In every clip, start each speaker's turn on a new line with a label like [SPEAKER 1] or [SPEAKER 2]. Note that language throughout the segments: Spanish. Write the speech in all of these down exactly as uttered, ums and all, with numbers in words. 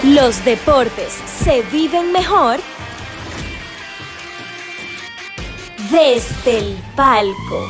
[SPEAKER 1] Los deportes se viven mejor desde el palco.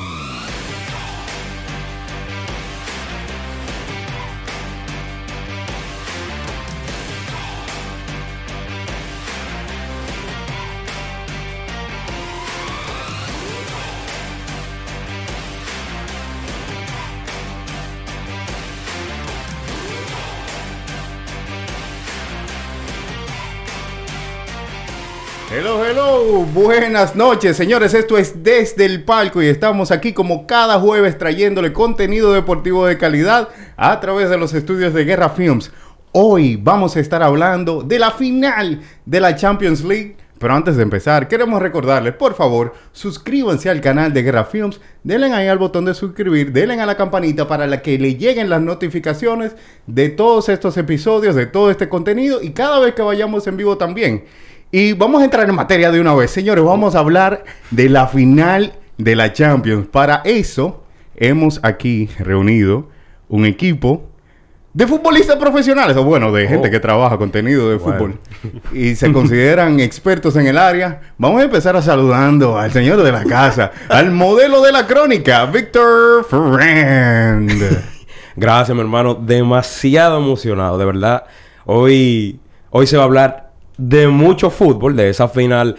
[SPEAKER 2] Hello, hello, buenas noches, señores. Esto es Desde el Palco y estamos aquí como cada jueves trayéndole contenido deportivo de calidad a través de los estudios de Guerra Films. Hoy vamos a estar hablando de la final de la Champions League. Pero antes de empezar, queremos recordarles, por favor, suscríbanse al canal de Guerra Films, denle ahí al botón de suscribir, denle a la campanita para la que le lleguen las notificaciones de todos estos episodios, de todo este contenido y cada vez que vayamos en vivo también. Y vamos a entrar en materia de una vez, señores. Vamos a hablar de la final de la Champions. Para eso, hemos aquí reunido un equipo de futbolistas profesionales, o bueno, de gente oh. que trabaja contenido de bueno. fútbol. Y se consideran expertos en el área. Vamos a empezar a saludando al señor de la casa, al modelo de la crónica, Víctor Friend.
[SPEAKER 3] Gracias, mi hermano. Demasiado emocionado, de verdad. Hoy, hoy se va a hablar de mucho fútbol, de esa final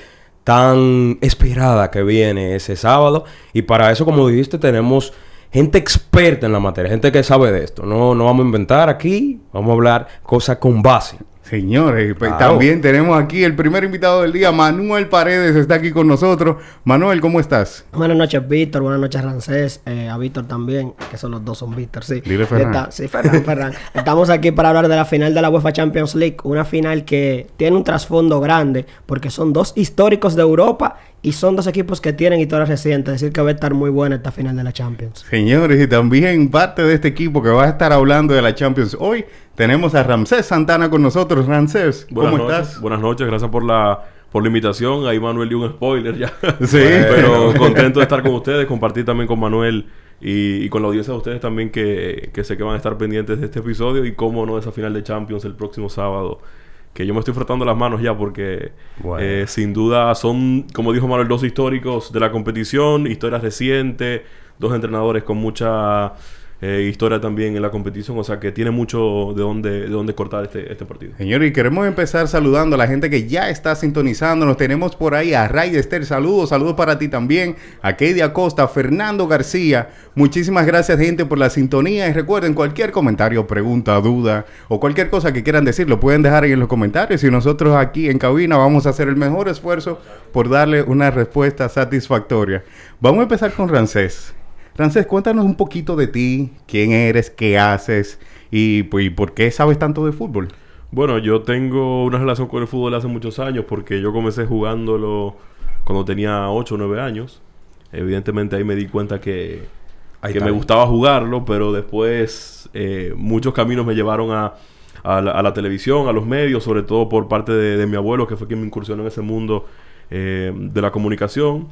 [SPEAKER 3] tan esperada que viene ese sábado. Y para eso, como dijiste, tenemos gente experta en la materia, gente que sabe de esto. No, no vamos a inventar aquí, vamos a hablar cosas con base.
[SPEAKER 2] Señores, pues claro. También tenemos aquí el primer invitado del día, Manuel Paredes, está aquí con nosotros. Manuel, ¿cómo estás?
[SPEAKER 4] Buenas noches, Víctor. Buenas noches, Rancés. Eh, a Víctor también, que son los dos son Víctor, sí.
[SPEAKER 2] Dile Ferran.
[SPEAKER 4] Está, sí, Ferran, Ferran. Estamos aquí para hablar de la final de la UEFA Champions League. Una final que tiene un trasfondo grande, porque son dos históricos de Europa y son dos equipos que tienen historias recientes. Es decir, que va a estar muy buena esta final de la Champions.
[SPEAKER 2] Señores, y también parte de este equipo que va a estar hablando de la Champions hoy, tenemos a Ramsés Santana con nosotros. Ramsés, ¿cómo
[SPEAKER 5] Buenas
[SPEAKER 2] estás?
[SPEAKER 5] Noches. Buenas noches, gracias por la por la invitación. Ahí Manuel dio un spoiler ya.
[SPEAKER 2] Sí.
[SPEAKER 5] Pero contento de estar con ustedes, compartir también con Manuel y, y con la audiencia de ustedes también que, que sé que van a estar pendientes de este episodio y cómo no de esa final de Champions el próximo sábado. Que yo me estoy frotando las manos ya porque bueno. eh, sin duda son, como dijo Manuel, dos históricos de la competición, historias recientes, dos entrenadores con mucha eh, historia también en la competición, o sea que tiene mucho de dónde, de dónde cortar este, este partido.
[SPEAKER 2] Señores, y queremos empezar saludando a la gente que ya está sintonizándonos. Tenemos por ahí a Ray Esther, saludos, saludos para ti también, a Keidi Acosta, Fernando García. Muchísimas gracias, gente, por la sintonía. Y recuerden, cualquier comentario, pregunta, duda o cualquier cosa que quieran decir, lo pueden dejar ahí en los comentarios. Y nosotros aquí en cabina vamos a hacer el mejor esfuerzo por darle una respuesta satisfactoria. Vamos a empezar con Rancés. Rancés, cuéntanos un poquito de ti, quién eres, qué haces y, pues, y por qué sabes tanto de fútbol.
[SPEAKER 5] Bueno, yo tengo una relación con el fútbol hace muchos años porque yo comencé jugándolo cuando tenía ocho o nueve años. Evidentemente ahí me di cuenta que, que me gustaba jugarlo, pero después eh, muchos caminos me llevaron a, a, la, a la televisión, a los medios, sobre todo por parte de, de mi abuelo, que fue quien me incursionó en ese mundo eh, de la comunicación.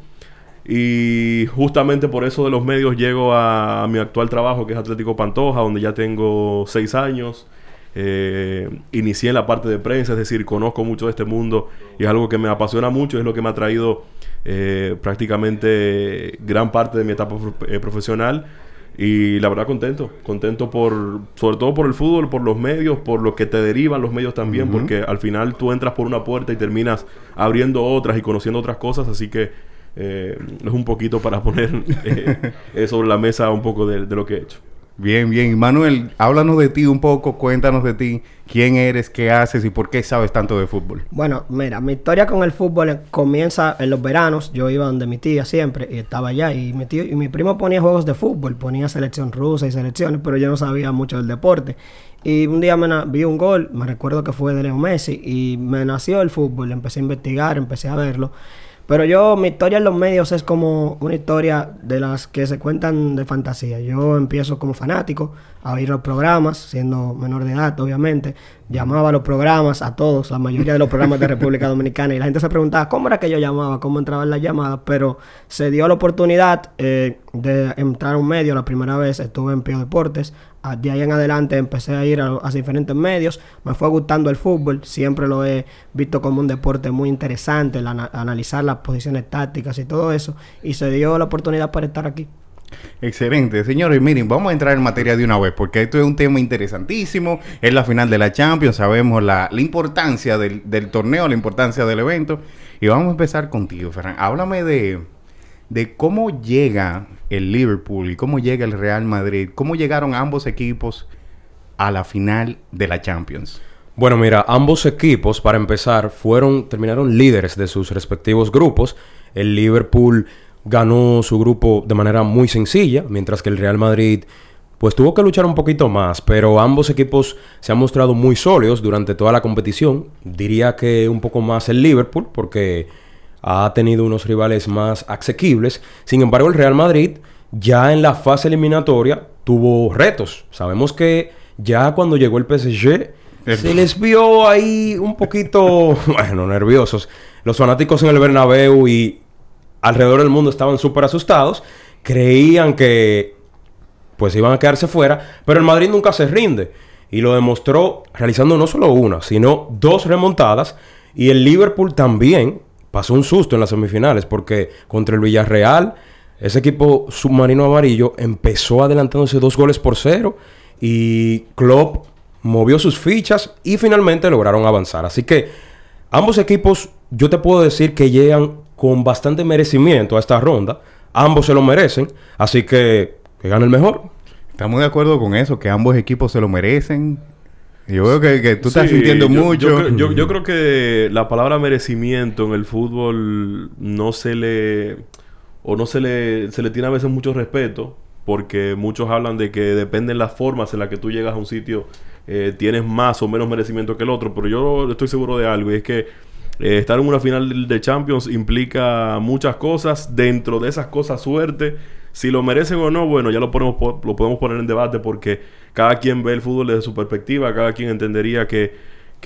[SPEAKER 5] Y justamente por eso de los medios llego a, a mi actual trabajo, que es Atlético Pantoja, donde ya tengo seis años. Eh, inicié en la parte de prensa, es decir, conozco mucho de este mundo y es algo que me apasiona mucho, es lo que me ha traído eh, prácticamente gran parte de mi etapa eh, profesional. Y la verdad contento, contento por, sobre todo por el fútbol, por los medios, por lo que te derivan los medios también, uh-huh. porque al final tú entras por una puerta y terminas abriendo otras y conociendo otras cosas, así que Eh, es un poquito para poner eh, eh, sobre la mesa un poco de, de lo que he hecho.
[SPEAKER 2] Bien, bien. Manuel, háblanos de ti un poco, cuéntanos de ti, quién eres, qué haces y por qué sabes tanto de fútbol.
[SPEAKER 4] Bueno, mira, mi historia con el fútbol comienza en los veranos. Yo iba donde mi tía siempre y estaba allá y mi tío y mi primo ponía juegos de fútbol, ponía selección rusa y selecciones, pero yo no sabía mucho del deporte. Y un día me na- vi un gol, me recuerdo que fue de Leo Messi y me nació el fútbol, empecé a investigar, empecé a verlo. Pero yo, mi historia en los medios es como una historia de las que se cuentan de fantasía. Yo empiezo como fanático a oír los programas, siendo menor de edad, obviamente. Llamaba a los programas, a todos, la mayoría de los programas de República Dominicana. Y la gente se preguntaba cómo era que yo llamaba, cómo entraba en las llamadas. Pero se dio la oportunidad, eh, de entrar a un medio. La primera vez estuve en Pío Deportes. Ah, de ahí en adelante empecé a ir a, a diferentes medios. Me fue gustando el fútbol. Siempre lo he visto como un deporte muy interesante, el ana- analizar las posiciones tácticas y todo eso. Y se dio la oportunidad para estar aquí.
[SPEAKER 2] Excelente, señores. Miren, vamos a entrar en materia de una vez, porque esto es un tema interesantísimo. Es la final de la Champions, sabemos la, la importancia del, del torneo, la importancia del evento. Y vamos a empezar contigo, Ferran. Háblame de, de cómo llega el Liverpool y cómo llega el Real Madrid. ¿Cómo llegaron ambos equipos a la final de la Champions?
[SPEAKER 3] Bueno, mira, ambos equipos, para empezar, fueron, terminaron líderes de sus respectivos grupos. El Liverpool ganó su grupo de manera muy sencilla, mientras que el Real Madrid pues tuvo que luchar un poquito más, pero ambos equipos se han mostrado muy sólidos durante toda la competición. Diría que un poco más el Liverpool, porque ha tenido unos rivales más asequibles. Sin embargo, el Real Madrid ya en la fase eliminatoria tuvo retos. Sabemos que ya cuando llegó el P S G se les vio ahí un poquito, bueno, nerviosos. Los fanáticos en el Bernabéu y alrededor del mundo estaban súper asustados. Creían que pues iban a quedarse fuera. Pero el Madrid nunca se rinde. Y lo demostró realizando no solo una, sino dos remontadas. Y el Liverpool también pasó un susto en las semifinales. Porque contra el Villarreal, ese equipo submarino amarillo empezó adelantándose dos goles por cero. Y Klopp movió sus fichas y finalmente lograron avanzar. Así que ambos equipos, yo te puedo decir que llegan con bastante merecimiento a esta ronda. Ambos se lo merecen. Así que que gane el mejor.
[SPEAKER 2] Estamos de acuerdo con eso, que ambos equipos se lo merecen. Yo veo que, que tú
[SPEAKER 5] Sí,
[SPEAKER 2] estás sintiendo
[SPEAKER 5] yo,
[SPEAKER 2] mucho.
[SPEAKER 5] Yo, creo- yo, yo creo que la palabra merecimiento en el fútbol no se le... O no se le... Se le tiene a veces mucho respeto. Porque muchos hablan de que dependen las formas en las que tú llegas a un sitio. Eh, tienes más o menos merecimiento que el otro. Pero yo estoy seguro de algo. Y es que eh, estar en una final de Champions implica muchas cosas. Dentro de esas cosas, suerte. Si lo merecen o no, bueno, ya lo, ponemos, lo podemos poner en debate porque cada quien ve el fútbol desde su perspectiva. Cada quien entendería que,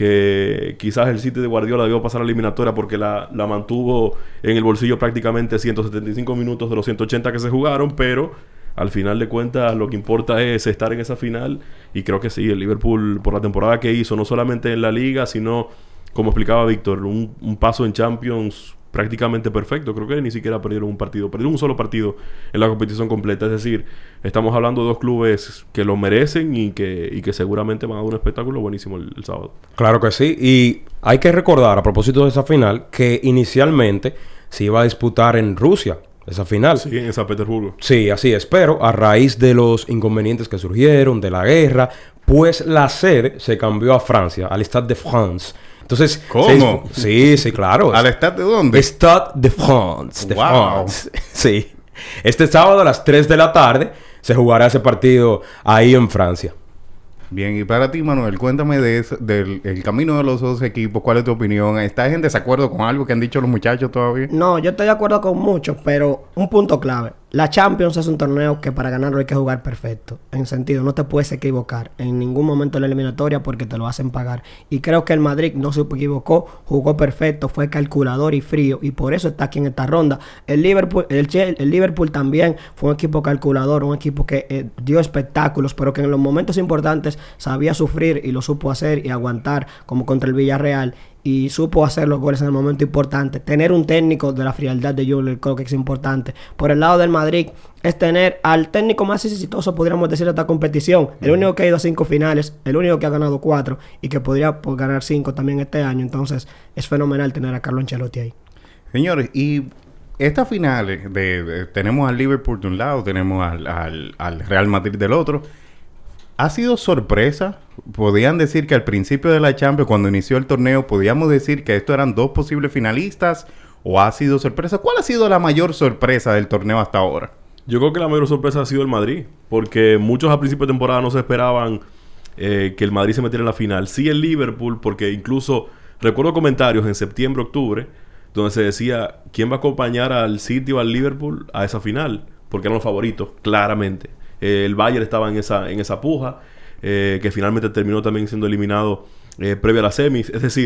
[SPEAKER 5] que quizás el City de Guardiola debió pasar a la eliminatoria porque la, la mantuvo en el bolsillo prácticamente ciento setenta y cinco minutos de los ciento ochenta que se jugaron. Pero al final de cuentas lo que importa es estar en esa final. Y creo que sí, el Liverpool por la temporada que hizo, no solamente en la Liga, sino, como explicaba Víctor, un, un paso en Champions prácticamente perfecto. Creo que ni siquiera perdieron un partido. Perdieron un solo partido en la competición completa. Es decir, estamos hablando de dos clubes que lo merecen y que, y que seguramente van a dar un espectáculo buenísimo el, el sábado.
[SPEAKER 3] Claro que sí. Y hay que recordar, a propósito de esa final, que inicialmente se iba a disputar en Rusia, esa final.
[SPEAKER 5] Sí, en San Petersburgo.
[SPEAKER 3] Sí, así es. Pero a raíz de los inconvenientes que surgieron, de la guerra, pues la sede se cambió a Francia, al Stade de France. Entonces,
[SPEAKER 2] ¿Cómo?
[SPEAKER 3] se- sí, sí, claro.
[SPEAKER 2] ¿Al Stade de dónde?
[SPEAKER 3] Stade de France. De
[SPEAKER 2] Wow.
[SPEAKER 3] France. Sí. Este sábado a las tres de la tarde se jugará ese partido ahí en Francia.
[SPEAKER 2] Bien, y para ti, Manuel, cuéntame de eso, del el camino de los dos equipos. ¿Cuál es tu opinión? ¿Estás en desacuerdo con algo que han dicho los muchachos todavía?
[SPEAKER 4] No, yo estoy de acuerdo con muchos, pero un punto clave. La Champions es un torneo que para ganarlo hay que jugar perfecto. En sentido, no te puedes equivocar en ningún momento de la eliminatoria porque te lo hacen pagar. Y creo que el Madrid no se equivocó, jugó perfecto, fue calculador y frío. Y por eso está aquí en esta ronda. El Liverpool, el, Chel- el Liverpool también fue un equipo calculador, un equipo que eh, dio espectáculos, pero que en los momentos importantes sabía sufrir y lo supo hacer y aguantar, como contra el Villarreal. Y supo hacer los goles en el momento importante. Tener un técnico de la frialdad de Jürgen Klopp, que es importante. Por el lado del Madrid, es tener al técnico más exitoso, podríamos decir, de esta competición. El único que ha ido a cinco finales, el único que ha ganado cuatro y que podría pues, ganar cinco también este año. Entonces, es fenomenal tener a Carlo Ancelotti ahí.
[SPEAKER 2] Señores, y estas finales, de, de- tenemos al Liverpool de un lado, tenemos al, al, al Real Madrid del otro. ¿Ha sido sorpresa? Podían decir que al principio de la Champions, cuando inició el torneo, podíamos decir que estos eran dos posibles finalistas. ¿O ha sido sorpresa? ¿Cuál ha sido la mayor sorpresa del torneo hasta ahora?
[SPEAKER 5] Yo creo que la mayor sorpresa ha sido el Madrid. Porque muchos a principio de temporada no se esperaban eh, que el Madrid se metiera en la final. Sí el Liverpool, porque incluso recuerdo comentarios en septiembre, octubre, donde se decía quién va a acompañar al City o al Liverpool a esa final. Porque eran los favoritos, claramente. Eh, el Bayern estaba en esa, en esa puja, eh, que finalmente terminó también siendo eliminado eh, previo a las semis. Es decir,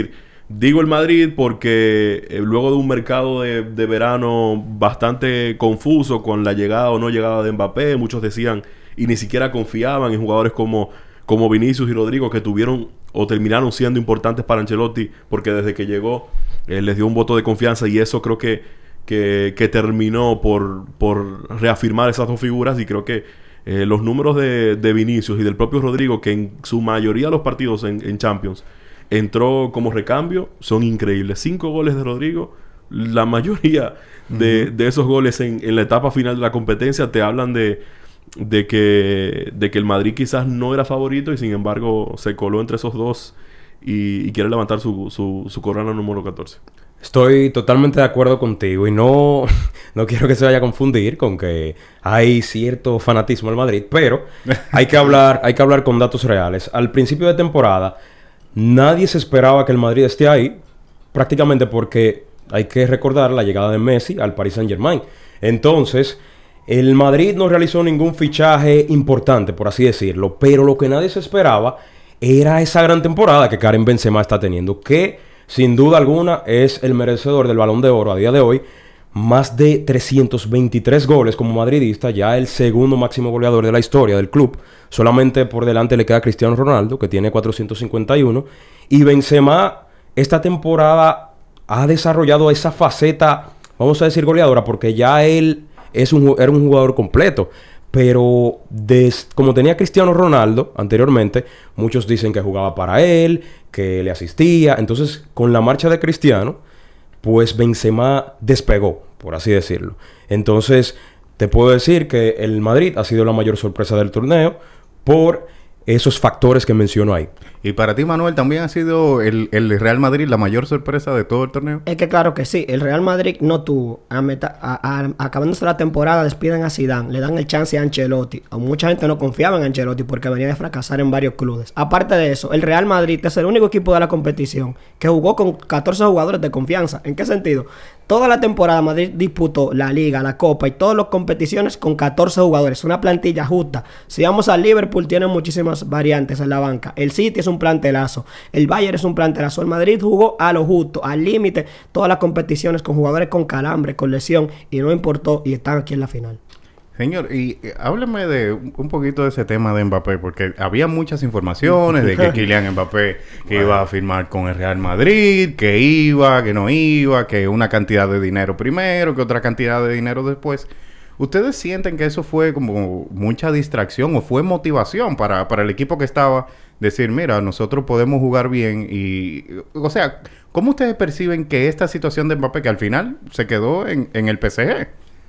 [SPEAKER 5] Digo el Madrid porque eh, luego de un mercado de, de verano bastante confuso con la llegada o no llegada de Mbappé, muchos decían y ni siquiera confiaban en jugadores como, como Vinicius y Rodrigo, que tuvieron o terminaron siendo importantes para Ancelotti, porque desde que llegó eh, les dio un voto de confianza, y eso creo que, que, que terminó por, por reafirmar esas dos figuras. Y creo que eh, los números de, de Vinicius y del propio Rodrigo, que en su mayoría de los partidos en, en Champions entró como recambio, son increíbles. Cinco goles de Rodrigo, la mayoría de, uh-huh. de esos goles en, en la etapa final de la competencia te hablan de, de, que, de que el Madrid quizás no era favorito y sin embargo se coló entre esos dos y, y quiere levantar su, su, su corona número catorce.
[SPEAKER 3] Estoy totalmente de acuerdo contigo y no, no quiero que se vaya a confundir con que hay cierto fanatismo al Madrid, pero hay que hablar, hay que hablar con datos reales. Al principio de temporada nadie se esperaba que el Madrid esté ahí, prácticamente porque hay que recordar la llegada de Messi al Paris Saint-Germain. Entonces, el Madrid no realizó ningún fichaje importante, por así decirlo, pero lo que nadie se esperaba era esa gran temporada que Karim Benzema está teniendo, que sin duda alguna es el merecedor del Balón de Oro a día de hoy. Más de trescientos veintitrés goles como madridista, ya el segundo máximo goleador de la historia del club. Solamente por delante le queda Cristiano Ronaldo, que tiene cuatrocientos cincuenta y uno. Y Benzema esta temporada ha desarrollado esa faceta, vamos a decir goleadora, porque ya él es un, era un jugador completo. Pero des, como tenía Cristiano Ronaldo anteriormente, muchos dicen que jugaba para él, que le asistía. Entonces, con la marcha de Cristiano, pues Benzema despegó, por así decirlo. Entonces, te puedo decir que el Madrid ha sido la mayor sorpresa del torneo por esos factores que menciono ahí.
[SPEAKER 2] Y para ti, Manuel, ¿también ha sido el, el Real Madrid la mayor sorpresa de todo el torneo?
[SPEAKER 4] Es que claro que sí. El Real Madrid no tuvo. A meta, a, a, acabándose la temporada, despiden a Zidane. Le dan el chance a Ancelotti. A mucha gente no confiaba en Ancelotti porque venía de fracasar en varios clubes. Aparte de eso, el Real Madrid es el único equipo de la competición que jugó con catorce jugadores de confianza. ¿En qué sentido? Toda la temporada Madrid disputó la Liga, la Copa y todas las competiciones con catorce jugadores. Una plantilla justa. Si vamos al Liverpool, tiene muchísimas variantes en la banca. El City es un plantelazo. El Bayern es un plantelazo. El Madrid jugó a lo justo, al límite, todas las competiciones con jugadores con calambre, con lesión, y no importó, y están aquí en la final.
[SPEAKER 2] Señor, y eh, hábleme de un, un poquito de ese tema de Mbappé, porque había muchas informaciones de que Kylian Mbappé que bueno. iba a firmar con el Real Madrid, que iba, que no iba, que una cantidad de dinero primero, que otra cantidad de dinero después. ¿Ustedes sienten que eso fue como mucha distracción o fue motivación para, para el equipo que estaba? Decir, mira, nosotros podemos jugar bien y... O sea, ¿cómo ustedes perciben que esta situación de Mbappé, que al final se quedó en, en el P S G,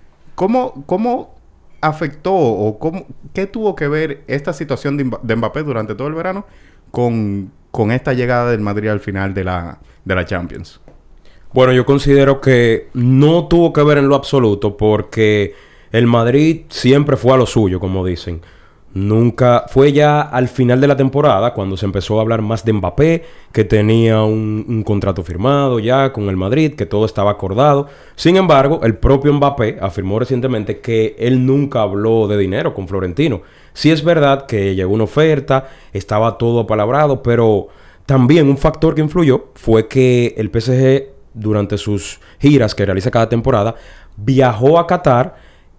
[SPEAKER 2] ¿cómo, cómo afectó o cómo, qué tuvo que ver esta situación de, de Mbappé durante todo el verano con, con esta llegada del Madrid al final de la, de la Champions?
[SPEAKER 3] Bueno, yo considero que no tuvo que ver en lo absoluto porque el Madrid siempre fue a lo suyo, como dicen. Nunca... Fue ya al final de la temporada cuando se empezó a hablar más de Mbappé, que tenía un, un contrato firmado ya con el Madrid, que todo estaba acordado. Sin embargo, el propio Mbappé afirmó recientemente que él nunca habló de dinero con Florentino. Sí es verdad que llegó una oferta, estaba todo apalabrado, pero también un factor que influyó fue que el P S G, durante sus giras que realiza cada temporada, viajó a Qatar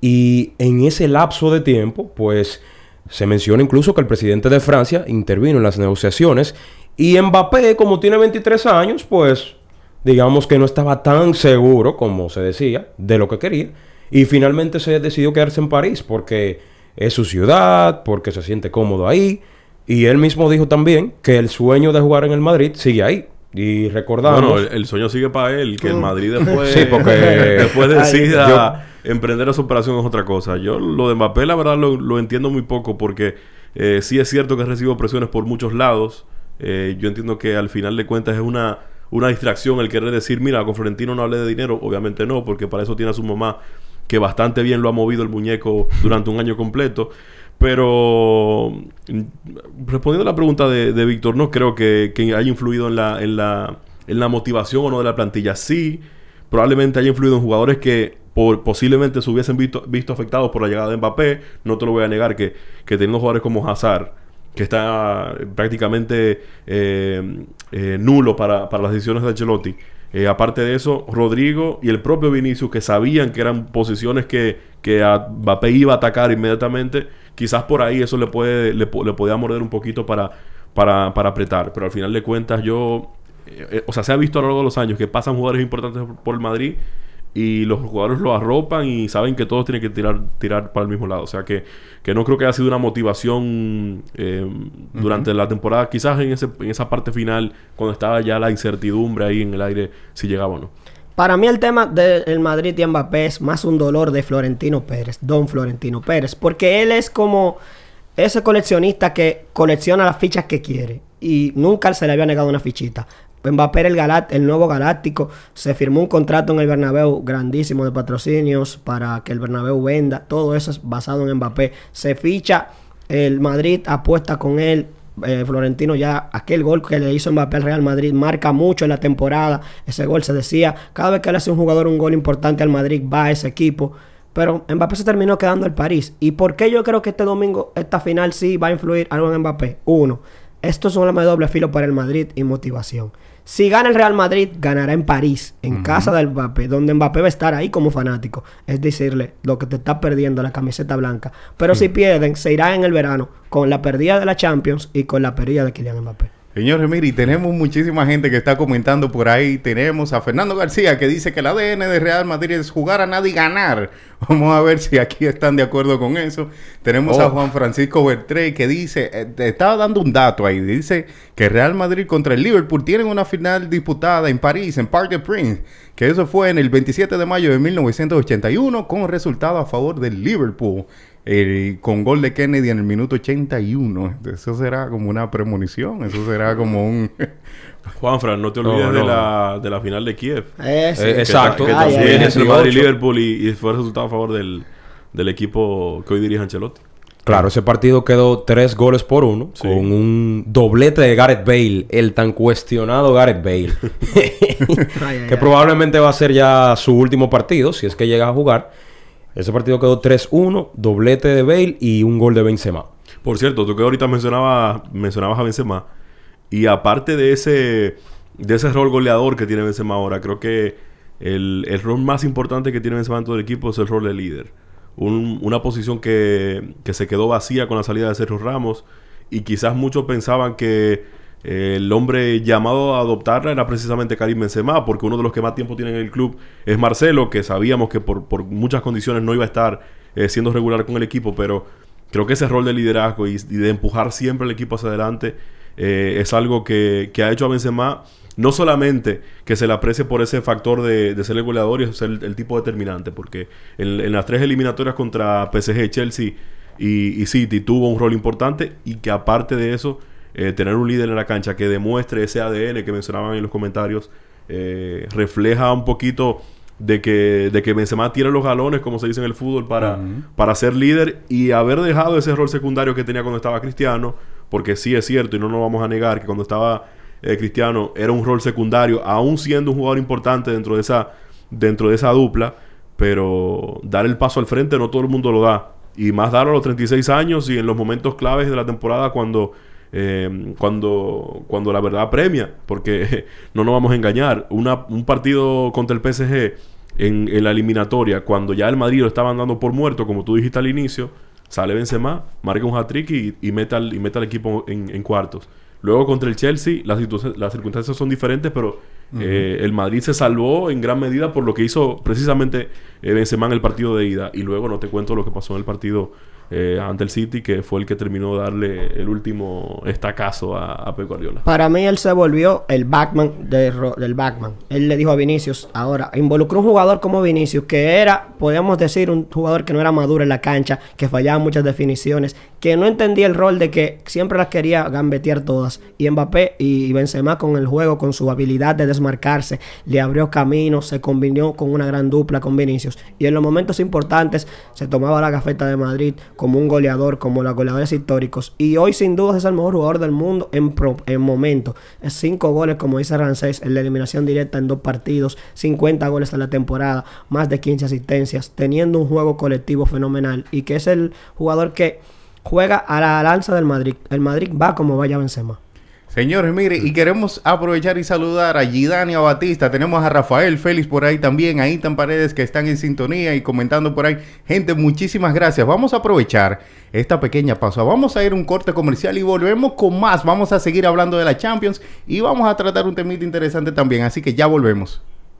[SPEAKER 3] y en ese lapso de tiempo, pues... Se menciona incluso que el presidente de Francia intervino en las negociaciones y Mbappé, como tiene veintitrés años, pues digamos que no estaba tan seguro, como se decía, de lo que quería. Y finalmente se decidió quedarse en París porque es su ciudad, porque se siente cómodo ahí. Y él mismo dijo también que el sueño de jugar en el Madrid sigue ahí. Y recordamos...
[SPEAKER 5] Bueno, el, el sueño sigue para él, que el Madrid después...
[SPEAKER 3] Sí, porque...
[SPEAKER 5] después decida... Yo... emprender esa operación es otra cosa. Yo lo de Mbappé, la verdad, lo, lo entiendo muy poco porque eh, sí es cierto que recibo presiones por muchos lados. Eh, yo entiendo que al final de cuentas es una, una distracción el querer decir, mira, con Florentino no hablé de dinero. Obviamente no, porque para eso tiene a su mamá, que bastante bien lo ha movido el muñeco durante un año completo. Pero respondiendo a la pregunta de, de Víctor, no creo que, que haya influido en la, en, la, en la motivación o no de la plantilla. Sí, probablemente haya influido en jugadores que por, posiblemente se hubiesen visto, visto afectados por la llegada de Mbappé. No te lo voy a negar que, que teniendo jugadores como Hazard, que está prácticamente eh, eh, nulo para, para las decisiones de Ancelotti. Eh, aparte de eso, Rodrigo y el propio Vinicius, que sabían que eran posiciones que, que a Mbappé iba a atacar inmediatamente, quizás por ahí eso le puede le, le podía morder un poquito para, para, para apretar. Pero al final de cuentas yo... Eh, o sea, se ha visto a lo largo de los años que pasan jugadores importantes por, por el Madrid y los jugadores lo arropan y saben que todos tienen que tirar tirar para el mismo lado. O sea, que, que no creo que haya sido una motivación eh, durante uh-huh. la temporada. Quizás en, ese, en esa parte final, cuando estaba ya la incertidumbre ahí en el aire, si llegaba o no.
[SPEAKER 4] Para mí el tema del Madrid y Mbappé es más un dolor de Florentino Pérez, Don Florentino Pérez, porque él es como ese coleccionista que colecciona las fichas que quiere y nunca se le había negado una fichita. Mbappé era el, Galat el nuevo galáctico. Se firmó un contrato en el Bernabéu grandísimo de patrocinios para que el Bernabéu venda. Todo eso es basado en Mbappé. Se ficha, el Madrid apuesta con él. Eh, Florentino ya, aquel gol que le hizo Mbappé al Real Madrid marca mucho en la temporada. Ese gol se decía, cada vez que le hace un jugador un gol importante al Madrid, va a ese equipo. Pero Mbappé se terminó quedando al París. ¿Y por qué yo creo que este domingo, esta final sí va a influir algo en Mbappé? Uno, esto es un arma de doble filo para el Madrid y motivación. Si gana el Real Madrid, ganará en París, en uh-huh. casa del Mbappé, donde Mbappé va a estar ahí como fanático. Es decirle, lo que te está perdiendo, la camiseta blanca. Pero uh-huh. si pierden, se irá en el verano con la pérdida de la Champions y con la pérdida de Kylian Mbappé.
[SPEAKER 2] Señores, mire, tenemos muchísima gente que está comentando por ahí. Tenemos a Fernando García que dice que el A D N de Real Madrid es jugar a nada y ganar. Vamos a ver si aquí están de acuerdo con eso. Tenemos oh. a Juan Francisco Bertré que dice, eh, te estaba dando un dato ahí, dice que Real Madrid contra el Liverpool tienen una final disputada en París, en Parc des Princes, que eso fue en el veintisiete de mayo de mil novecientos ochenta y uno con resultado a favor del Liverpool. Eh, con gol de Kennedy en el minuto ochenta y uno. Eso será como una premonición. Eso será como un...
[SPEAKER 5] Juanfran, no te olvides no, no. De, la, de la final de Kiev.
[SPEAKER 4] Eh, sí.
[SPEAKER 3] eh, exacto.
[SPEAKER 5] Que, que
[SPEAKER 4] ay,
[SPEAKER 5] también
[SPEAKER 4] ay,
[SPEAKER 5] es el Madrid-Liverpool y, y fue el resultado a favor del, del equipo que hoy dirige Ancelotti.
[SPEAKER 3] Claro, ese partido quedó tres goles por uno. Sí. Con un doblete de Gareth Bale. El tan cuestionado Gareth Bale. ay, ay, que ay. probablemente va a ser ya su último partido, si es que llega a jugar. Ese partido quedó tres uno, doblete de Bale y un gol de Benzema.
[SPEAKER 5] Por cierto, tú que ahorita mencionabas, mencionabas a Benzema. Y aparte de ese, de ese rol goleador que tiene Benzema ahora, creo que el, el rol más importante que tiene Benzema en todo el equipo es el rol de líder. Un, una posición que, que se quedó vacía con la salida de Sergio Ramos. Y quizás muchos pensaban que Eh, el hombre llamado a adoptarla era precisamente Karim Benzema, porque uno de los que más tiempo tiene en el club es Marcelo, que sabíamos que por, por muchas condiciones no iba a estar eh, siendo regular con el equipo, pero creo que ese rol de liderazgo y, y de empujar siempre el equipo hacia adelante eh, es algo que, que ha hecho a Benzema no solamente que se le aprecie por ese factor de, de ser el goleador y ser el, el tipo determinante, porque en, en las tres eliminatorias contra P S G, Chelsea y, y City tuvo un rol importante, y que aparte de eso Eh, tener un líder en la cancha que demuestre ese A D N que mencionaban en los comentarios eh, refleja un poquito de que, de que Benzema tiene los galones, como se dice en el fútbol, para, uh-huh. para ser líder y haber dejado ese rol secundario que tenía cuando estaba Cristiano, porque sí es cierto y no nos vamos a negar que cuando estaba eh, Cristiano era un rol secundario, aún siendo un jugador importante dentro de esa, dentro de esa dupla, pero dar el paso al frente no todo el mundo lo da, y más darlo a los treinta y seis años y en los momentos claves de la temporada cuando Eh, cuando, cuando la verdad premia, porque no nos vamos a engañar, Una, un partido contra el P S G en, en la eliminatoria, cuando ya el Madrid lo estaban dando por muerto, como tú dijiste al inicio, sale Benzema, marca un hat-trick y, y, mete al, y mete al equipo en, en cuartos. Luego contra el Chelsea las, las circunstancias son diferentes, pero uh-huh. eh, el Madrid se salvó en gran medida por lo que hizo precisamente eh, Benzema en el partido de ida, y luego no te cuento lo que pasó en el partido Eh, ante el City, que fue el que terminó de darle el último estacazo a, a Pep Guardiola.
[SPEAKER 4] Para mí él se volvió el Batman de, del Batman. Él le dijo a Vinicius, ahora involucró un jugador como Vinicius, que era, podríamos decir, un jugador que no era maduro en la cancha, que fallaba muchas definiciones, que no entendía el rol de que siempre las quería gambetear todas, y Mbappé y Benzema con el juego, con su habilidad de desmarcarse, le abrió camino, se combinó con una gran dupla con Vinicius, y en los momentos importantes se tomaba la gafeta de Madrid como un goleador, como los goleadores históricos, y hoy sin duda es el mejor jugador del mundo en, pro, en momento. Es cinco goles, como dice Rancés, en la eliminación directa en dos partidos, cincuenta goles en la temporada, más de quince asistencias, teniendo un juego colectivo fenomenal, y que es el jugador que juega a la alza del Madrid. El Madrid va como vaya Benzema.
[SPEAKER 2] Señores, mire, y queremos aprovechar y saludar a Gidania Batista. Tenemos a Rafael Félix por ahí también, a Itan Paredes, que están en sintonía y comentando por ahí. Gente, muchísimas gracias. Vamos a aprovechar esta pequeña pausa. Vamos a ir a un corte comercial y volvemos con más. Vamos a seguir hablando de la Champions y vamos a tratar un temita interesante también. Así que ya volvemos.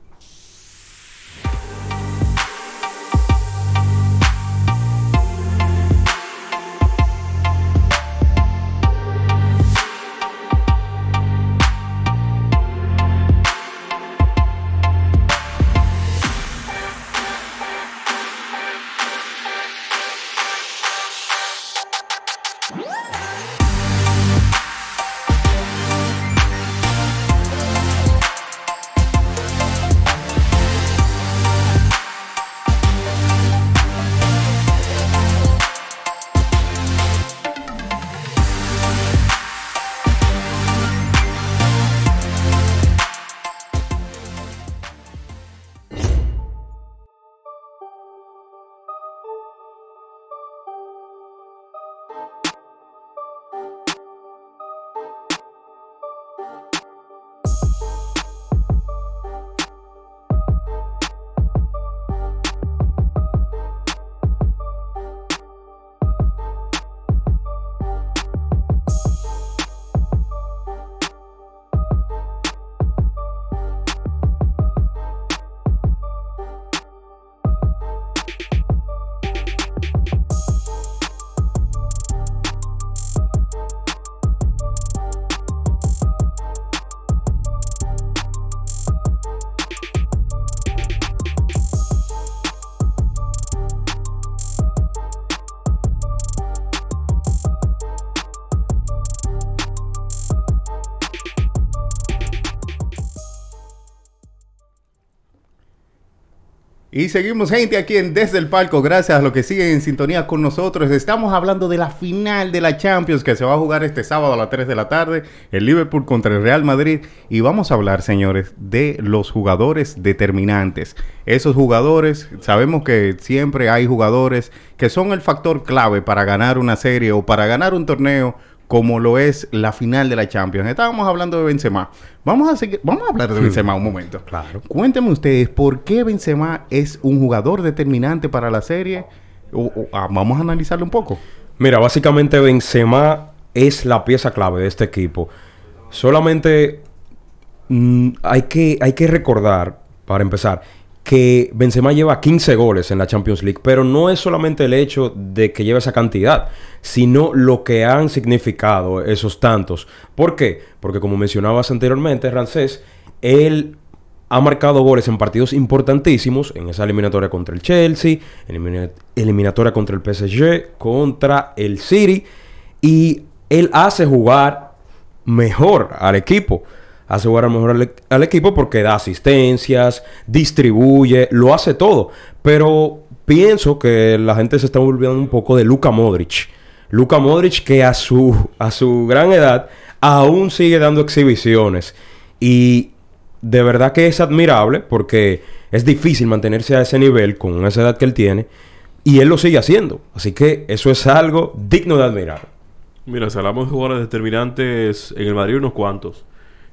[SPEAKER 2] Y seguimos, gente, aquí en Desde el Palco. Gracias a los que siguen en sintonía con nosotros. Estamos hablando de la final de la Champions que se va a jugar este sábado a las tres de la tarde. El Liverpool contra el Real Madrid. Y vamos a hablar, señores, de los jugadores determinantes. Esos jugadores, sabemos que siempre hay jugadores que son el factor clave para ganar una serie o para ganar un torneo, como lo es la final de la Champions. Estábamos hablando de Benzema. Vamos a seguir, vamos a hablar de Benzema un momento.
[SPEAKER 3] Claro.
[SPEAKER 2] Cuéntenme ustedes, ¿por qué Benzema es un jugador determinante para la serie? O, o, ah, vamos a analizarlo un poco.
[SPEAKER 3] Mira, básicamente Benzema es la pieza clave de este equipo. Solamente mmm, hay que, hay que recordar, para empezar, que Benzema lleva quince goles en la Champions League, pero no es solamente el hecho de que lleve esa cantidad, sino lo que han significado esos tantos. ¿Por qué? Porque como mencionabas anteriormente, Ramsés, él ha marcado goles en partidos importantísimos, en esa eliminatoria contra el Chelsea, elimina- eliminatoria contra el P S G, contra el City, y él hace jugar mejor al equipo. Hace jugar mejor al, al equipo porque da asistencias, distribuye, lo hace todo. Pero pienso que la gente se está olvidando un poco de Luka Modric. Luka Modric, que a su, a su gran edad aún sigue dando exhibiciones. Y de verdad que es admirable porque es difícil mantenerse a ese nivel con esa edad que él tiene. Y él lo sigue haciendo. Así que eso es algo digno de admirar.
[SPEAKER 5] Mira, si hablamos de jugadores determinantes, en el Madrid unos cuantos.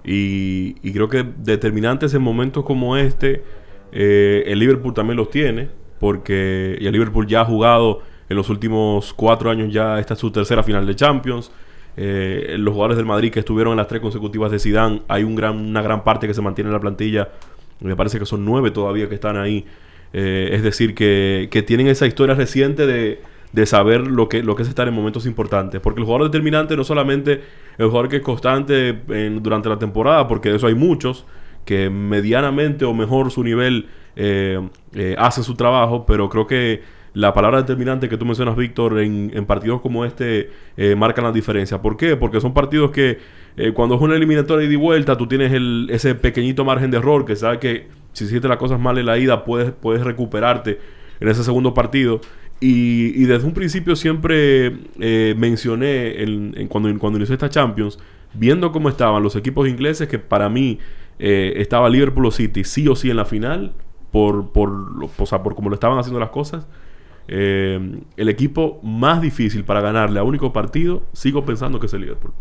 [SPEAKER 5] Y, y creo que determinantes en momentos como este, eh, el Liverpool también los tiene, porque y el Liverpool ya ha jugado en los últimos cuatro años, ya esta es su tercera final de Champions. Eh, los jugadores del Madrid que estuvieron en las tres consecutivas de Zidane, hay un gran, una gran parte que se mantiene en la plantilla. Me parece que son nueve todavía que están ahí. Eh, es decir, que, que tienen esa historia reciente de... de saber lo que, lo que es estar en momentos importantes. Porque el jugador determinante no solamente el jugador que es constante en, durante la temporada, porque de eso hay muchos, que medianamente o mejor su nivel eh, eh, hace su trabajo, pero creo que la palabra determinante que tú mencionas, Víctor, en, en partidos como este, eh, marcan la diferencia. ¿Por qué? Porque son partidos que eh, cuando es una eliminatoria ida y vuelta, tú tienes el, ese pequeñito margen de error, que sabes que si hiciste las cosas mal en la ida, puedes, puedes recuperarte en ese segundo partido. Y, y desde un principio siempre eh, mencioné en, en cuando, cuando inició esta Champions, viendo cómo estaban los equipos ingleses, que para mí eh, estaba Liverpool o City sí o sí en la final, por, por, o sea, por cómo lo estaban haciendo las cosas. eh, el equipo más difícil para ganarle a único partido, sigo pensando que es el Liverpool.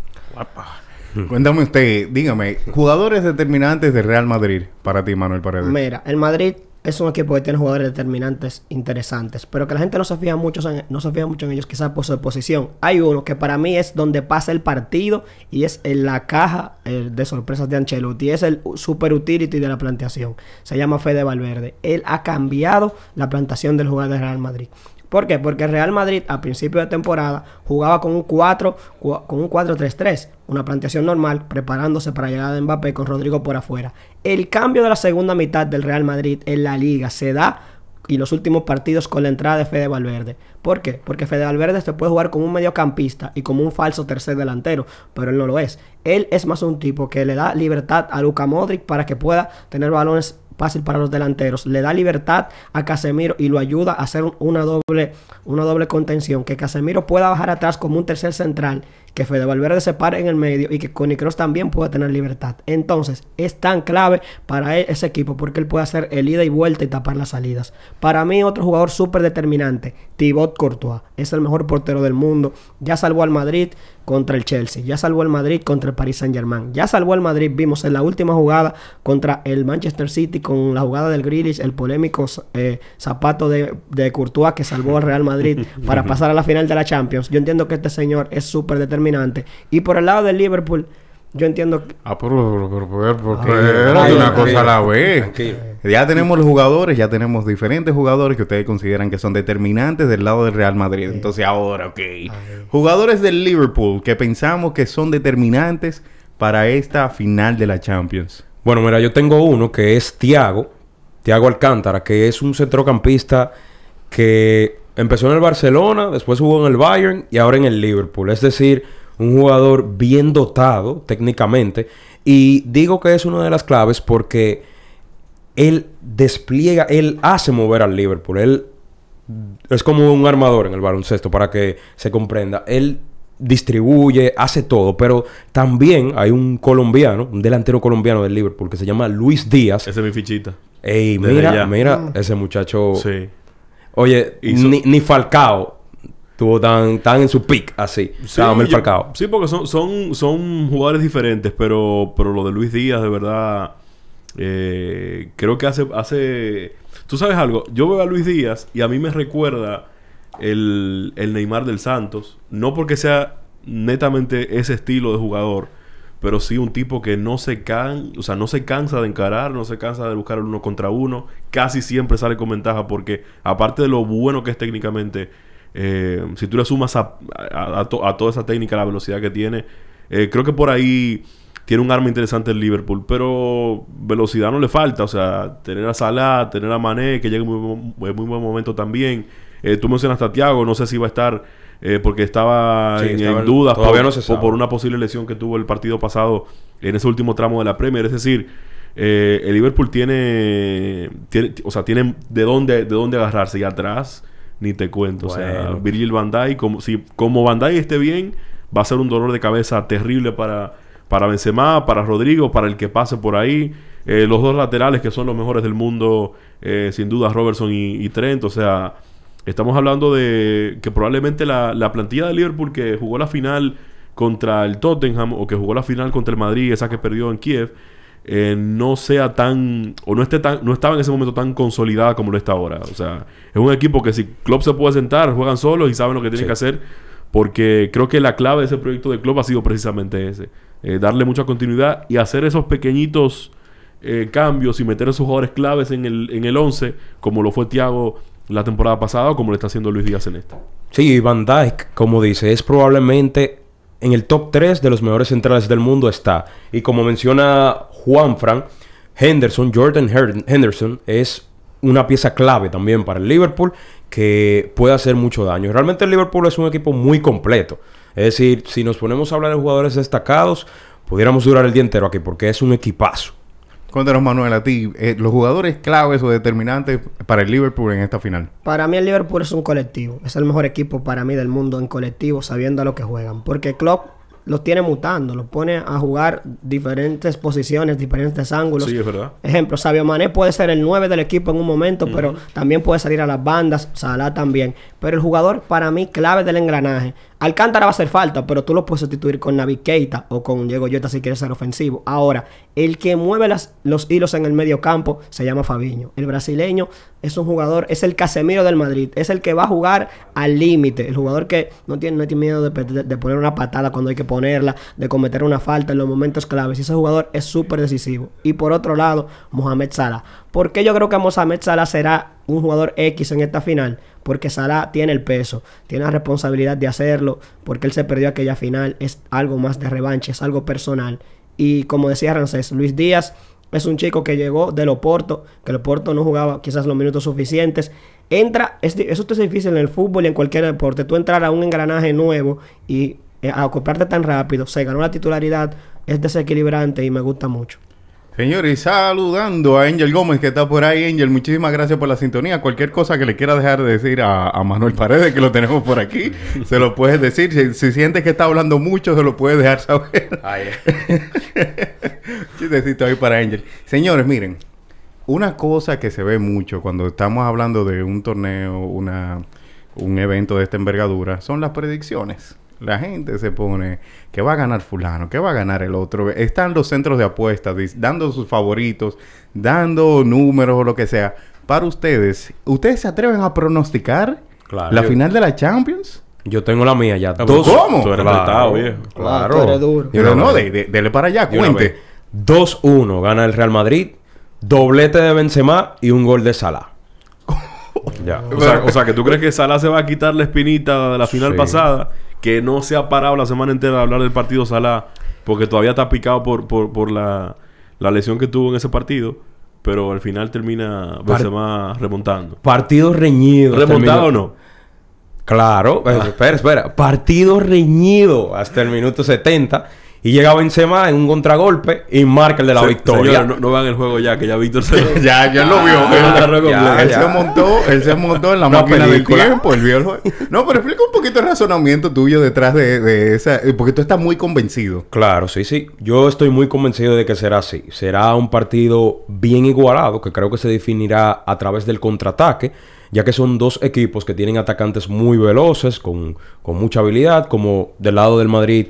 [SPEAKER 2] Cuéntame usted, dígame, jugadores determinantes del Real Madrid para ti, Manuel Paredes.
[SPEAKER 4] Mira, el Madrid es un equipo que tiene jugadores determinantes interesantes, pero que la gente no se fija mucho en, no se fija mucho en ellos, quizás por su posición. Hay uno que para mí es donde pasa el partido y es en la caja eh, de sorpresas de Ancelotti. Es el super utility de la planteación. Se llama Fede Valverde. Él ha cambiado la plantación del jugador del Real Madrid. ¿Por qué? Porque el Real Madrid a principio de temporada jugaba con un cuatro con un cuatro tres tres, una planteación normal, preparándose para la llegada de Mbappé con Rodrigo por afuera. El cambio de la segunda mitad del Real Madrid en la Liga se da y los últimos partidos con la entrada de Fede Valverde. ¿Por qué? Porque Fede Valverde se puede jugar como un mediocampista y como un falso tercer delantero, pero él no lo es. Él es más un tipo que le da libertad a Luka Modric para que pueda tener balones fácil para los delanteros, le da libertad a Casemiro y lo ayuda a hacer una doble, una doble contención, que Casemiro pueda bajar atrás como un tercer central, que Fede Valverde se pare en el medio y que Toni Kroos también pueda tener libertad. Entonces, es tan clave para él, ese equipo, porque él puede hacer el ida y vuelta y tapar las salidas. Para mí, otro jugador súper determinante, Thibaut Courtois, es el mejor portero del mundo, ya salvó al Madrid contra el Chelsea, ya salvó al Madrid contra el Paris Saint-Germain, ya salvó al Madrid, vimos en la última jugada contra el Manchester City con la jugada del Grealish, el polémico eh, zapato de, de Courtois que salvó al Real Madrid para pasar a la final de la Champions. Yo entiendo que este señor es súper determinante. Y por el lado del Liverpool, yo entiendo que...
[SPEAKER 2] Ah, pero, pero, pero, porque hay una cosa a la vez. Tranquilo. Ya tenemos los jugadores, ya tenemos diferentes jugadores que ustedes consideran que son determinantes del lado del Real Madrid. Sí. Entonces ahora, ok. Ay. Jugadores del Liverpool que pensamos que son determinantes para esta final de la Champions.
[SPEAKER 3] Bueno, mira, yo tengo uno que es Thiago, Thiago Alcántara, que es un centrocampista que empezó en el Barcelona, después jugó en el Bayern y ahora en el Liverpool. Es decir, un jugador bien dotado técnicamente. Y digo que es una de las claves porque él despliega, él hace mover al Liverpool. Él es como un armador en el baloncesto, para que se comprenda. Él distribuye, hace todo, pero también hay un colombiano, un delantero colombiano del Liverpool que se llama Luis Díaz.
[SPEAKER 5] Ese es mi fichita.
[SPEAKER 3] Ey, mira, mira, mm. ese muchacho.
[SPEAKER 5] Sí.
[SPEAKER 3] Oye, Hizo... ni, ni Falcao estuvo tan, tan en su pick así.
[SPEAKER 5] Sí, yo, Falcao. Sí, porque son, son, son jugadores diferentes, pero, pero lo de Luis Díaz, de verdad, eh, creo que hace, hace... Tú sabes algo, yo veo a Luis Díaz y a mí me recuerda el, el Neymar del Santos. No porque sea netamente ese estilo de jugador, pero sí un tipo que no se can, o sea, no se cansa de encarar, no se cansa de buscar el uno contra uno. Casi siempre sale con ventaja porque, aparte de lo bueno que es técnicamente, eh, si tú le sumas a, a, a, to, a toda esa técnica, la velocidad que tiene, eh, creo que por ahí tiene un arma interesante el Liverpool. Pero velocidad no le falta. O sea, tener a Salah, tener a Mané, que llega en muy, muy, muy buen momento también. Eh, tú mencionaste a Thiago, no sé si va a estar... Eh, porque estaba, sí, en, estaba en dudas por, no por, por una posible lesión que tuvo el partido pasado en ese último tramo de la Premier. Es decir, eh, el Liverpool tiene, tiene, o sea, tiene de dónde, de dónde agarrarse. Y atrás, ni te cuento. Bueno. O sea, Virgil van Dijk, como, si como Van Dijk esté bien, va a ser un dolor de cabeza terrible para, para Benzema, para Rodrigo, para el que pase por ahí. Eh, los dos laterales que son los mejores del mundo, eh, sin duda, Robertson y, y Trent. O sea... Estamos hablando de que probablemente la, la plantilla de Liverpool que jugó la final contra el Tottenham o que jugó la final contra el Madrid, esa que perdió en Kiev, eh, no sea tan... o no esté tan no estaba en ese momento tan consolidada como lo está ahora. O sea, es un equipo que si Klopp se puede sentar, juegan solos y saben lo que tienen sí. que hacer, porque creo que la clave de ese proyecto de Klopp ha sido precisamente ese. Eh, darle mucha continuidad y hacer esos pequeñitos eh, cambios y meter esos jugadores claves en el, en el once, como lo fue Thiago la temporada pasada o como le está haciendo Luis Díaz en esta.
[SPEAKER 3] Sí, Van Dijk, como dice, es probablemente en el top tres de los mejores centrales del mundo está. Y como menciona Juanfran, Henderson, Jordan Henderson, es una pieza clave también para el Liverpool que puede hacer mucho daño. Realmente el Liverpool es un equipo muy completo. Es decir, si nos ponemos a hablar de jugadores destacados, pudiéramos durar el día entero aquí porque es un equipazo.
[SPEAKER 2] Cuéntanos, Manuel, a ti, eh, los jugadores claves o determinantes para el Liverpool en esta final.
[SPEAKER 4] Para mí el Liverpool es un colectivo. Es el mejor equipo para mí del mundo en colectivo, sabiendo a lo que juegan. Porque Klopp los tiene mutando, los pone a jugar diferentes posiciones, diferentes ángulos.
[SPEAKER 5] Sí, es verdad.
[SPEAKER 4] Ejemplo, Sadio Mané puede ser el nueve del equipo en un momento, uh-huh. pero también puede salir a las bandas, Salah también. Pero el jugador, para mí, clave del engranaje. Alcántara va a hacer falta, pero tú lo puedes sustituir con Naby Keita o con Diego Jota si quieres ser ofensivo. Ahora, el que mueve las, los hilos en el medio campo se llama Fabinho. El brasileño es un jugador, es el Casemiro del Madrid, es el que va a jugar al límite, el jugador que no tiene, no tiene miedo de, de, de poner una patada cuando hay que ponerla, de cometer una falta en los momentos claves. Y ese jugador es súper decisivo. Y por otro lado, Mohamed Salah. ¿Por qué yo creo que Mohamed Salah será un jugador X en esta final? Porque Salah tiene el peso, tiene la responsabilidad de hacerlo, porque él se perdió aquella final, es algo más de revancha, es algo personal. Y como decía Rancés, Luis Díaz es un chico que llegó del Oporto, que el Oporto no jugaba quizás los minutos suficientes. Entra, es, eso es difícil en el fútbol y en cualquier deporte, tú entrar a un engranaje nuevo y eh, a ocuparte tan rápido, se ganó la titularidad, es desequilibrante y me gusta mucho.
[SPEAKER 2] Señores, saludando a Angel Gómez que está por ahí. Angel, muchísimas gracias por la sintonía. Cualquier cosa que le quiera dejar de decir a, a Manuel Paredes, que lo tenemos por aquí, se lo puedes decir. Si, si sientes que está hablando mucho, se lo puedes dejar saber. Ay, chistecito ahí para Angel. Señores, miren, una cosa que se ve mucho cuando estamos hablando de un torneo, una, un evento de esta envergadura, son las predicciones. La gente se pone que va a ganar fulano, que va a ganar el otro. Están los centros de apuestas dando sus favoritos, dando números o lo que sea. Para ustedes, ¿ustedes se atreven a pronosticar
[SPEAKER 3] claro,
[SPEAKER 2] la
[SPEAKER 3] yo,
[SPEAKER 2] final de la Champions?
[SPEAKER 3] Yo tengo la mía ya.
[SPEAKER 2] Dos, ¿Cómo?
[SPEAKER 5] Tú eres
[SPEAKER 3] claro,
[SPEAKER 5] retado, viejo.
[SPEAKER 4] Claro. Tú eres duro.
[SPEAKER 2] Pero no, de, de, dele para allá, cuente.
[SPEAKER 3] dos uno gana el Real Madrid, doblete de Benzema y un gol de Salah.
[SPEAKER 5] Ya. O sea, o sea, que tú crees que Salah se va a quitar la espinita de la final sí. pasada, que no se ha parado la semana entera de hablar del partido Salah, porque todavía está picado por, por, por la, la lesión que tuvo en ese partido, pero al final termina Benzema remontando.
[SPEAKER 3] Partido reñido.
[SPEAKER 5] ¿Remontado o no?
[SPEAKER 3] Claro. Ah. Espera, espera. Partido reñido hasta el minuto setenta. Y llega Benzema en un contragolpe y marca el de la
[SPEAKER 5] se,
[SPEAKER 3] victoria.
[SPEAKER 5] Señores, no, no vean el juego ya, que ya Víctor se...
[SPEAKER 2] ya, ya lo vio.
[SPEAKER 5] Ah,
[SPEAKER 2] él, ya, él ya. se montó, él se montó en la Una máquina película. del tiempo, él vio el juego. No, pero explica un poquito el razonamiento tuyo detrás de, de esa... Porque tú estás muy convencido.
[SPEAKER 3] Claro, sí, sí. Yo estoy muy convencido de que será así. Será un partido bien igualado, que creo que se definirá a través del contraataque, ya que son dos equipos que tienen atacantes muy veloces, con, con mucha habilidad, como del lado del Madrid...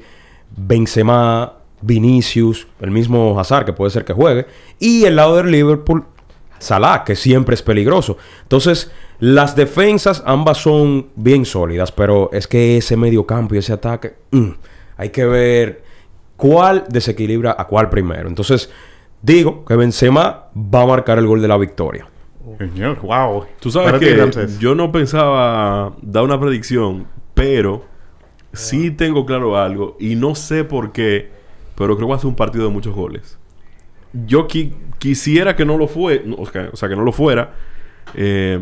[SPEAKER 3] Benzema, Vinicius, el mismo Hazard que puede ser que juegue, y el lado del Liverpool, Salah, que siempre es peligroso. Entonces, las defensas ambas son bien sólidas, pero es que ese medio campo y ese ataque, mmm, hay que ver cuál desequilibra a cuál primero. Entonces, digo que Benzema va a marcar el gol de la victoria.
[SPEAKER 2] Señor, wow.
[SPEAKER 5] Tú sabes que yo no pensaba dar una predicción, pero sí tengo claro algo y no sé por qué, pero creo que va a ser un partido de muchos goles. Yo qui quisiera que no lo fue, no, o, sea, o sea, que no lo fuera, eh,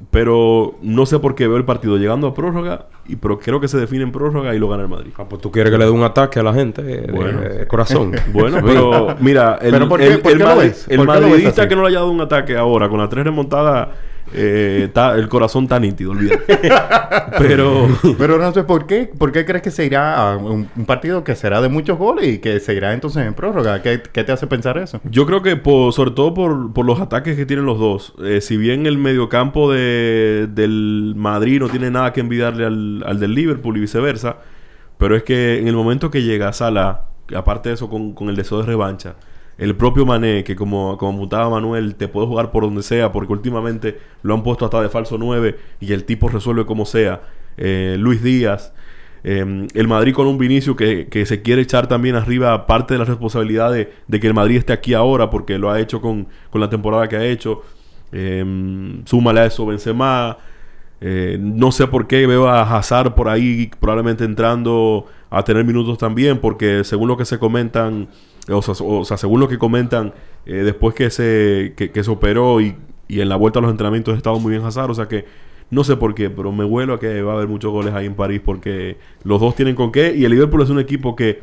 [SPEAKER 5] pero no sé por qué veo el partido llegando a prórroga, y pero creo que se define en prórroga y lo gana el Madrid.
[SPEAKER 3] Ah, pues tú quieres que le dé un ataque a la gente de,
[SPEAKER 5] bueno.
[SPEAKER 3] de, de corazón.
[SPEAKER 5] Bueno, pero mira, el,
[SPEAKER 2] ¿Pero por
[SPEAKER 5] el,
[SPEAKER 2] qué,
[SPEAKER 5] el,
[SPEAKER 2] por
[SPEAKER 5] el,
[SPEAKER 2] qué
[SPEAKER 5] el madridista que no le haya dado un ataque ahora, con las tres remontadas, eh, ta, el corazón está nítido, olvídate. Pero...
[SPEAKER 2] pero no sé por qué. ¿Por qué crees que se irá a un, un partido que será de muchos goles y que se irá entonces en prórroga? ¿Qué, qué te hace pensar eso?
[SPEAKER 5] Yo creo que por, sobre todo por, por los ataques que tienen los dos. Eh, si bien el mediocampo de, del Madrid no tiene nada que envidiarle al, al del Liverpool y viceversa, pero es que en el momento que llega Salah, aparte de eso con, con el deseo de revancha, el propio Mané, que como, como mutaba Manuel, te puede jugar por donde sea, porque últimamente lo han puesto hasta de falso nueve y el tipo resuelve como sea. Eh, Luis Díaz, eh, el Madrid con un Vinicius que, que se quiere echar también arriba parte de la responsabilidad de, de que el Madrid esté aquí ahora, porque lo ha hecho con, con la temporada que ha hecho. Eh, súmale a eso Benzema. Eh, no sé por qué veo a Hazard por ahí probablemente entrando a tener minutos también, porque según lo que se comentan, o sea, o sea según lo que comentan, eh, después que se, que, que se operó y, y en la vuelta a los entrenamientos ha estado muy bien Hazard, o sea que no sé por qué, pero me huelo a que va a haber muchos goles ahí en París, porque los dos tienen con qué, y el Liverpool es un equipo que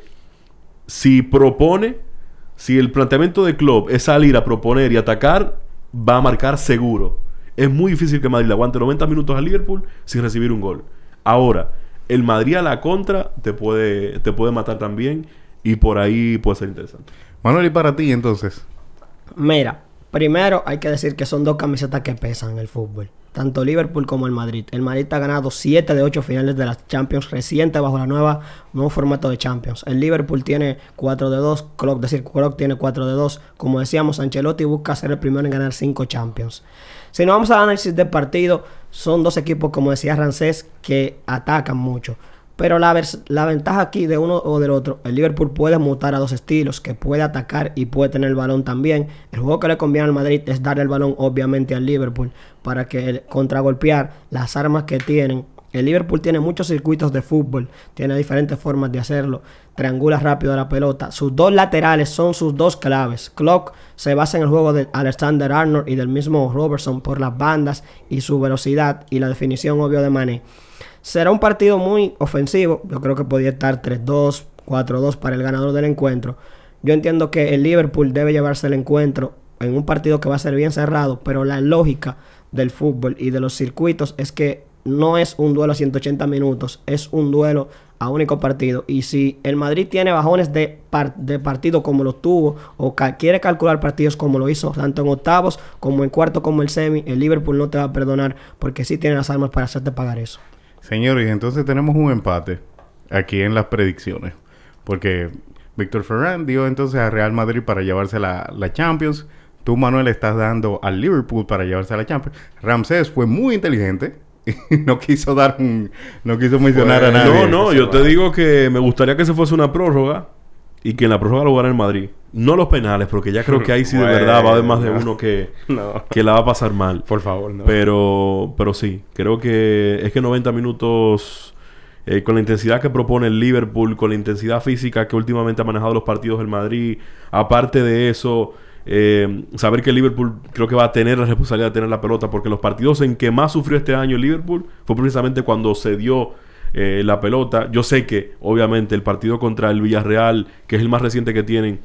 [SPEAKER 5] si propone, si el planteamiento de Klopp es salir a proponer y atacar, va a marcar seguro. Es muy difícil que Madrid le aguante noventa minutos al Liverpool sin recibir un gol. Ahora, el Madrid a la contra te puede, te puede matar también y por ahí puede ser interesante.
[SPEAKER 2] Manuel, ¿y para ti entonces?
[SPEAKER 4] Mira, primero hay que decir que son dos camisetas que pesan en el fútbol. Tanto Liverpool como el Madrid. El Madrid ha ganado siete de ocho finales de las Champions recientes bajo la nueva nuevo formato de Champions. El Liverpool tiene cuatro de dos, Klopp, decir, Klopp tiene cuatro de dos. Como decíamos, Ancelotti busca ser el primero en ganar cinco Champions. Si nos vamos al análisis del partido, son dos equipos, como decía Rancés, que atacan mucho. Pero la, la ventaja aquí de uno o del otro, el Liverpool puede mutar a dos estilos, que puede atacar y puede tener el balón también. El juego que le conviene al Madrid es darle el balón obviamente al Liverpool para que el, contragolpear las armas que tienen. El Liverpool tiene muchos circuitos de fútbol, tiene diferentes formas de hacerlo, triangula rápido la pelota. Sus dos laterales son sus dos claves. Klopp se basa en el juego de Alexander Arnold y del mismo Robertson por las bandas y su velocidad y la definición obvio de Mané. Será un partido muy ofensivo. Yo creo que podría estar tres dos, cuatro dos para el ganador del encuentro. Yo entiendo que el Liverpool debe llevarse el encuentro en un partido que va a ser bien cerrado, pero la lógica del fútbol y de los circuitos es que no es un duelo a ciento ochenta minutos, es un duelo a único partido. Y si el Madrid tiene bajones de, par de partido como lo tuvo, o ca quiere calcular partidos como lo hizo tanto en octavos, como en cuarto, como el semi, el Liverpool no te va a perdonar, porque sí tiene las armas para hacerte pagar eso.
[SPEAKER 2] Señores, entonces tenemos un empate aquí en las predicciones. Porque Víctor Ferran dio entonces a Real Madrid para llevarse la, la Champions. Tú, Manuel, estás dando al Liverpool para llevarse a la Champions. Ramsés fue muy inteligente y no quiso dar un... No quiso mencionar
[SPEAKER 5] pues,
[SPEAKER 2] a nadie.
[SPEAKER 5] No, no, yo te digo que me gustaría que se fuese una prórroga y que en la prórroga lo ganara el Madrid. No los penales, porque ya creo que ahí sí de
[SPEAKER 3] bueno,
[SPEAKER 5] verdad va a haber más de uno que,
[SPEAKER 3] no.
[SPEAKER 5] que la va a pasar mal.
[SPEAKER 3] Por favor, no.
[SPEAKER 5] Pero, pero sí, creo que es que noventa minutos, eh, con la intensidad que propone el Liverpool, con la intensidad física que últimamente ha manejado los partidos del Madrid, aparte de eso, eh, saber que el Liverpool creo que va a tener la responsabilidad de tener la pelota, porque los partidos en que más sufrió este año el Liverpool fue precisamente cuando se dio eh, la pelota. Yo sé que, obviamente, el partido contra el Villarreal, que es el más reciente que tienen,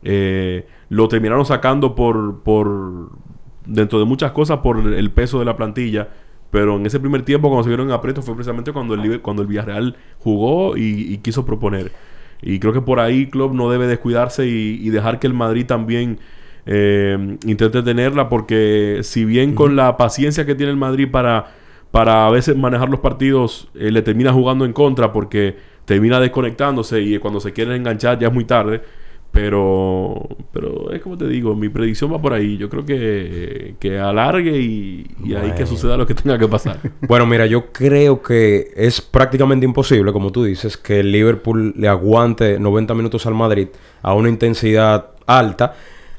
[SPEAKER 5] Eh, lo terminaron sacando por, por dentro de muchas cosas por el peso de la plantilla, pero en ese primer tiempo cuando se vieron en aprieto fue precisamente cuando el, cuando el Villarreal jugó y, y quiso proponer, y creo que por ahí Klopp no debe descuidarse y, y dejar que el Madrid también eh, intente tenerla, porque si bien uh-huh. con la paciencia que tiene el Madrid para, para a veces manejar los partidos, eh, le termina jugando en contra porque termina desconectándose y cuando se quieren enganchar ya es muy tarde. Pero, pero es como te digo, mi predicción va por ahí. Yo creo que, que alargue y, y bueno. ahí que suceda lo que tenga que pasar.
[SPEAKER 3] Bueno, mira, yo creo que es prácticamente imposible, como tú dices, que el Liverpool le aguante noventa minutos al Madrid a una intensidad alta,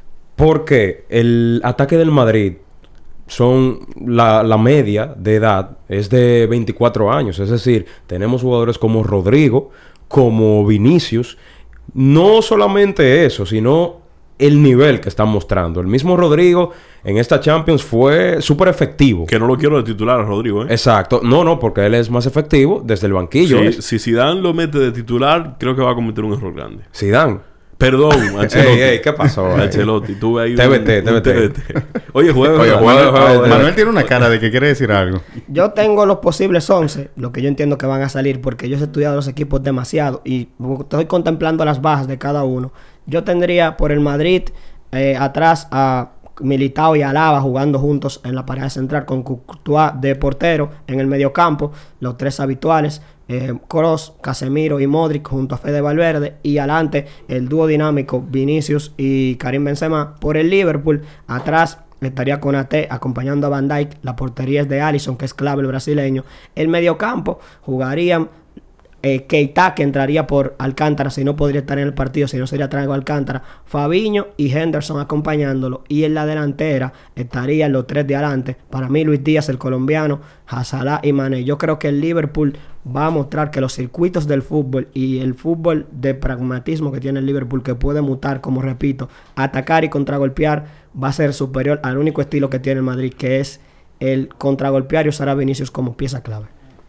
[SPEAKER 3] porque el ataque del Madrid son la, la media de edad es de veinticuatro años. Es decir, tenemos jugadores como Rodrigo, como Vinicius. No solamente eso, sino el nivel que están mostrando. El mismo Rodrigo en esta Champions fue súper efectivo.
[SPEAKER 5] Que no lo quiero de titular a Rodrigo, ¿eh?
[SPEAKER 3] Exacto. No, no, porque él es más efectivo desde el banquillo.
[SPEAKER 5] Sí,
[SPEAKER 3] ¿eh?
[SPEAKER 5] Si Zidane lo mete de titular, creo que va a cometer un error grande.
[SPEAKER 3] Zidane.
[SPEAKER 5] Perdón, Ancelotti.
[SPEAKER 3] Ey, ey, ¿qué pasó?
[SPEAKER 5] Ancelotti, tuve ahí
[SPEAKER 3] T V T,
[SPEAKER 5] un,
[SPEAKER 3] T V T.
[SPEAKER 5] un T V T. Oye, juega.
[SPEAKER 3] Oye, juega, juega.
[SPEAKER 2] Manuel, Manuel tiene una cara de que quiere decir algo.
[SPEAKER 4] Yo tengo los posibles once, lo que yo entiendo que van a salir, porque yo he estudiado los equipos demasiado y estoy contemplando las bajas de cada uno. Yo tendría por el Madrid eh, atrás a Militao y Alaba jugando juntos en la pareja central, con Courtois de portero en el mediocampo, los tres habituales, eh, Kroos, Casemiro y Modric junto a Fede Valverde, y adelante el dúo dinámico Vinicius y Karim Benzema. Por el Liverpool atrás estaría Konaté acompañando a Van Dijk, la portería es de Alisson, que es clave el brasileño. El mediocampo jugarían Eh, Keita, que entraría por Alcántara, si no podría estar en el partido, si no sería Thiago Alcántara, Fabinho y Henderson acompañándolo, y en la delantera estarían los tres de adelante. Para mí Luis Díaz, el colombiano, Hazard y Mané. Yo creo que el Liverpool va a mostrar que los circuitos del fútbol y el fútbol de pragmatismo que tiene el Liverpool, que puede mutar, como repito, atacar y contragolpear, va a ser superior al único estilo que tiene el Madrid, que es el contragolpear y usar a Vinicius como pieza clave.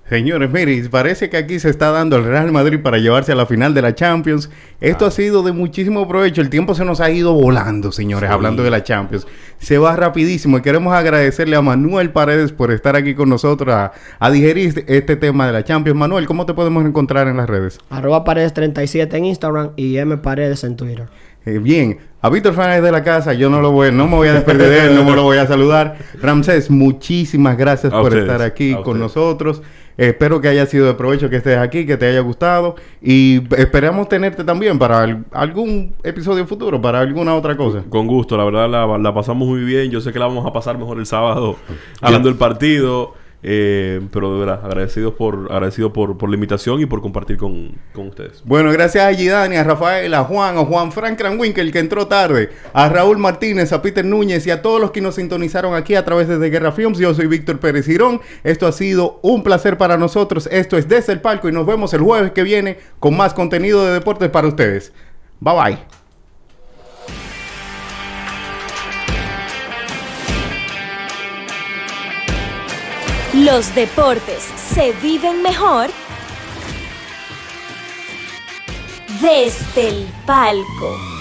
[SPEAKER 2] Señores, mire, parece que aquí se está dando el Real Madrid para llevarse a la final de la Champions. Esto ah. ha sido de muchísimo provecho. El tiempo se nos ha ido volando, señores, sí. hablando de la Champions. Se va rapidísimo y queremos agradecerle a Manuel Paredes por estar aquí con nosotros a, a digerir este tema de la Champions. Manuel, ¿cómo te podemos encontrar en las redes?
[SPEAKER 4] Arroba Paredes treinta y siete en Instagram y M Paredes en Twitter.
[SPEAKER 2] Eh, bien, a Víctor Fernández de la casa, yo no lo voy, no me voy a despedir de él, no me lo voy a saludar. Ramsés, muchísimas gracias
[SPEAKER 5] a
[SPEAKER 2] por
[SPEAKER 5] ustedes,
[SPEAKER 2] estar aquí con
[SPEAKER 5] ustedes.
[SPEAKER 2] nosotros. Eh, espero que haya sido de provecho que estés aquí, que te haya gustado y esperamos tenerte también para al, algún episodio futuro, para alguna otra cosa.
[SPEAKER 5] Con gusto, la verdad la, la pasamos muy bien. Yo sé que la vamos a pasar mejor el sábado hablando del partido. Eh, pero de verdad, agradecidos por, agradecido por, por la invitación y por compartir con, con ustedes.
[SPEAKER 2] Bueno, gracias a Gidani, a Rafael, a Juan, a Juan Frank Cranwinkel, que entró tarde, a Raúl Martínez, a Peter Núñez y a todos los que nos sintonizaron aquí a través de Guerra Films. Yo soy Víctor Pérez Girón. Esto ha sido un placer para nosotros. Esto es Desde el Palco y nos vemos el jueves que viene con más contenido de deportes para ustedes. Bye bye.
[SPEAKER 1] Los deportes se viven mejor desde el palco.